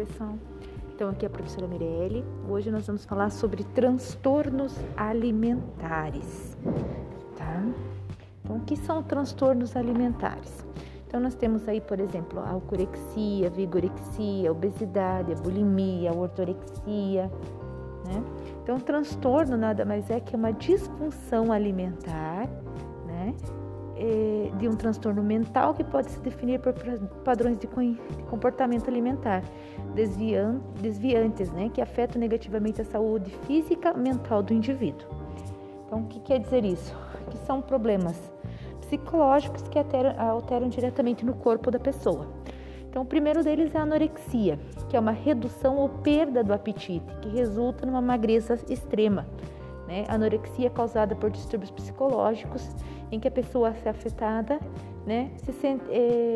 pessoal? Então aqui é a professora Mirelle. Hoje nós vamos falar sobre transtornos alimentares, tá? Então o que são transtornos alimentares? Então nós temos aí, por exemplo, a alcorexia, vigorexia, a obesidade, a bulimia, a ortorexia, né? Então transtorno nada mais é que uma disfunção alimentar, né? De um transtorno mental que pode se definir por padrões de comportamento alimentar desviantes, né, que afetam negativamente a saúde física e mental do indivíduo. Então, o que quer dizer isso? Que são problemas psicológicos que alteram diretamente no corpo da pessoa. Então, o primeiro deles é a anorexia, que é uma redução ou perda do apetite, que resulta numa magreza extrema. Né? A anorexia é causada por distúrbios psicológicos, em que a pessoa é afetada, né, se sente,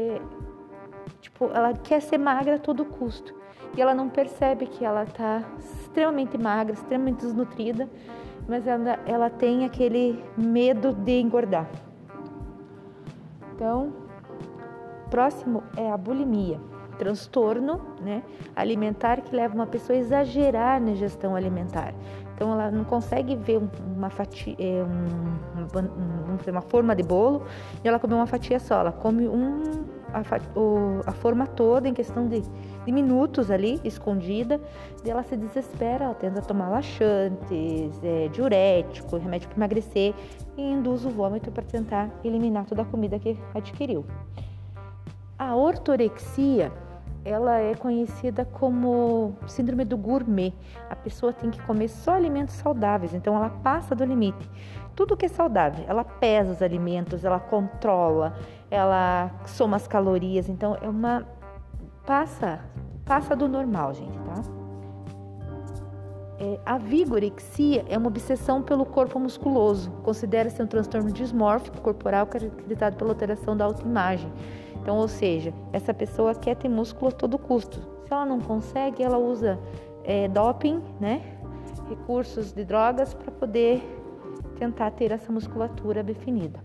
ela quer ser magra a todo custo. E ela não percebe que ela está extremamente magra, extremamente desnutrida, mas ela tem aquele medo de engordar. Então, próximo é a bulimia, transtorno, né, alimentar que leva uma pessoa a exagerar na ingestão alimentar. Então, ela não consegue ver uma fatia, uma forma de bolo e ela come uma fatia só. Ela come a forma toda em questão de minutos ali, escondida. E ela se desespera, ela tenta tomar laxantes, diurético, remédio para emagrecer e induz o vômito para tentar eliminar toda a comida que adquiriu. A ortorexia, ela é conhecida como síndrome do gourmet. A pessoa tem que comer só alimentos saudáveis, então ela passa do limite. Tudo que é saudável, ela pesa os alimentos, ela controla, ela soma as calorias, então passa do normal, gente, tá? A vigorexia é uma obsessão pelo corpo musculoso. Considera-se um transtorno dismórfico corporal caracterizado pela alteração da autoimagem. Então, ou seja, essa pessoa quer ter músculo a todo custo. Se ela não consegue, ela usa doping, né? Recursos de drogas para poder tentar ter essa musculatura definida.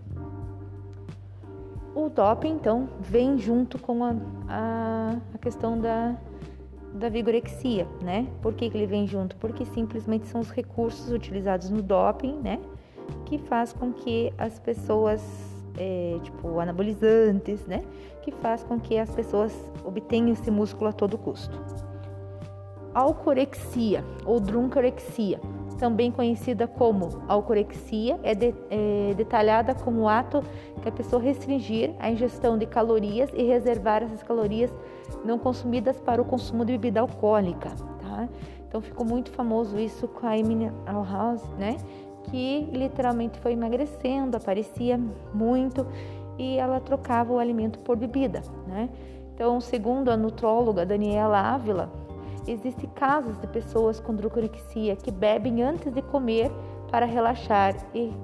O doping, então, vem junto com a questão da vigorexia, né? Por que ele vem junto? Porque simplesmente são os recursos utilizados no doping, né? Que faz com que as pessoas, anabolizantes, né? Que faz com que as pessoas obtenham esse músculo a todo custo. Alcorexia ou drunkarexia, também conhecida como alcorexia, é detalhada como o ato que a pessoa restringir a ingestão de calorias e reservar essas calorias não consumidas para o consumo de bebida alcoólica, tá? Então ficou muito famoso isso com a Amy Winehouse, né? Que literalmente foi emagrecendo, aparecia muito e ela trocava o alimento por bebida, né? Então, segundo a nutróloga Daniela Ávila, existem casos de pessoas com drunkarexia que bebem antes de comer para relaxar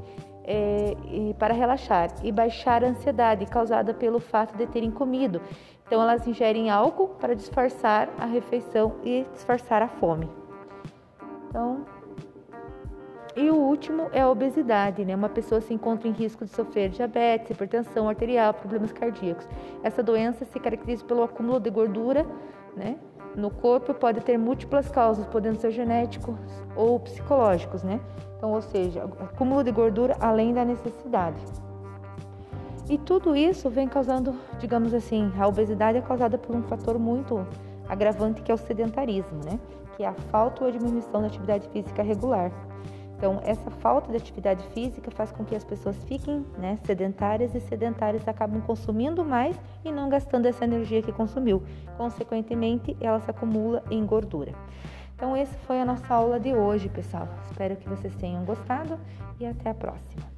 e baixar a ansiedade causada pelo fato de terem comido. Então, elas ingerem álcool para disfarçar a refeição e disfarçar a fome. Então, e o último é a obesidade, né? Uma pessoa se encontra em risco de sofrer diabetes, hipertensão arterial, problemas cardíacos. Essa doença se caracteriza pelo acúmulo de gordura, né, no corpo, pode ter múltiplas causas, podendo ser genéticos ou psicológicos, né? Então, ou seja, acúmulo de gordura além da necessidade. E tudo isso vem causando, digamos assim, a obesidade é causada por um fator muito agravante que é o sedentarismo, né? Que é a falta ou a diminuição da atividade física regular. Então, essa falta de atividade física faz com que as pessoas fiquem, né, sedentárias e sedentárias acabam consumindo mais e não gastando essa energia que consumiu. Consequentemente, ela se acumula em gordura. Então, essa foi a nossa aula de hoje, pessoal. Espero que vocês tenham gostado e até a próxima.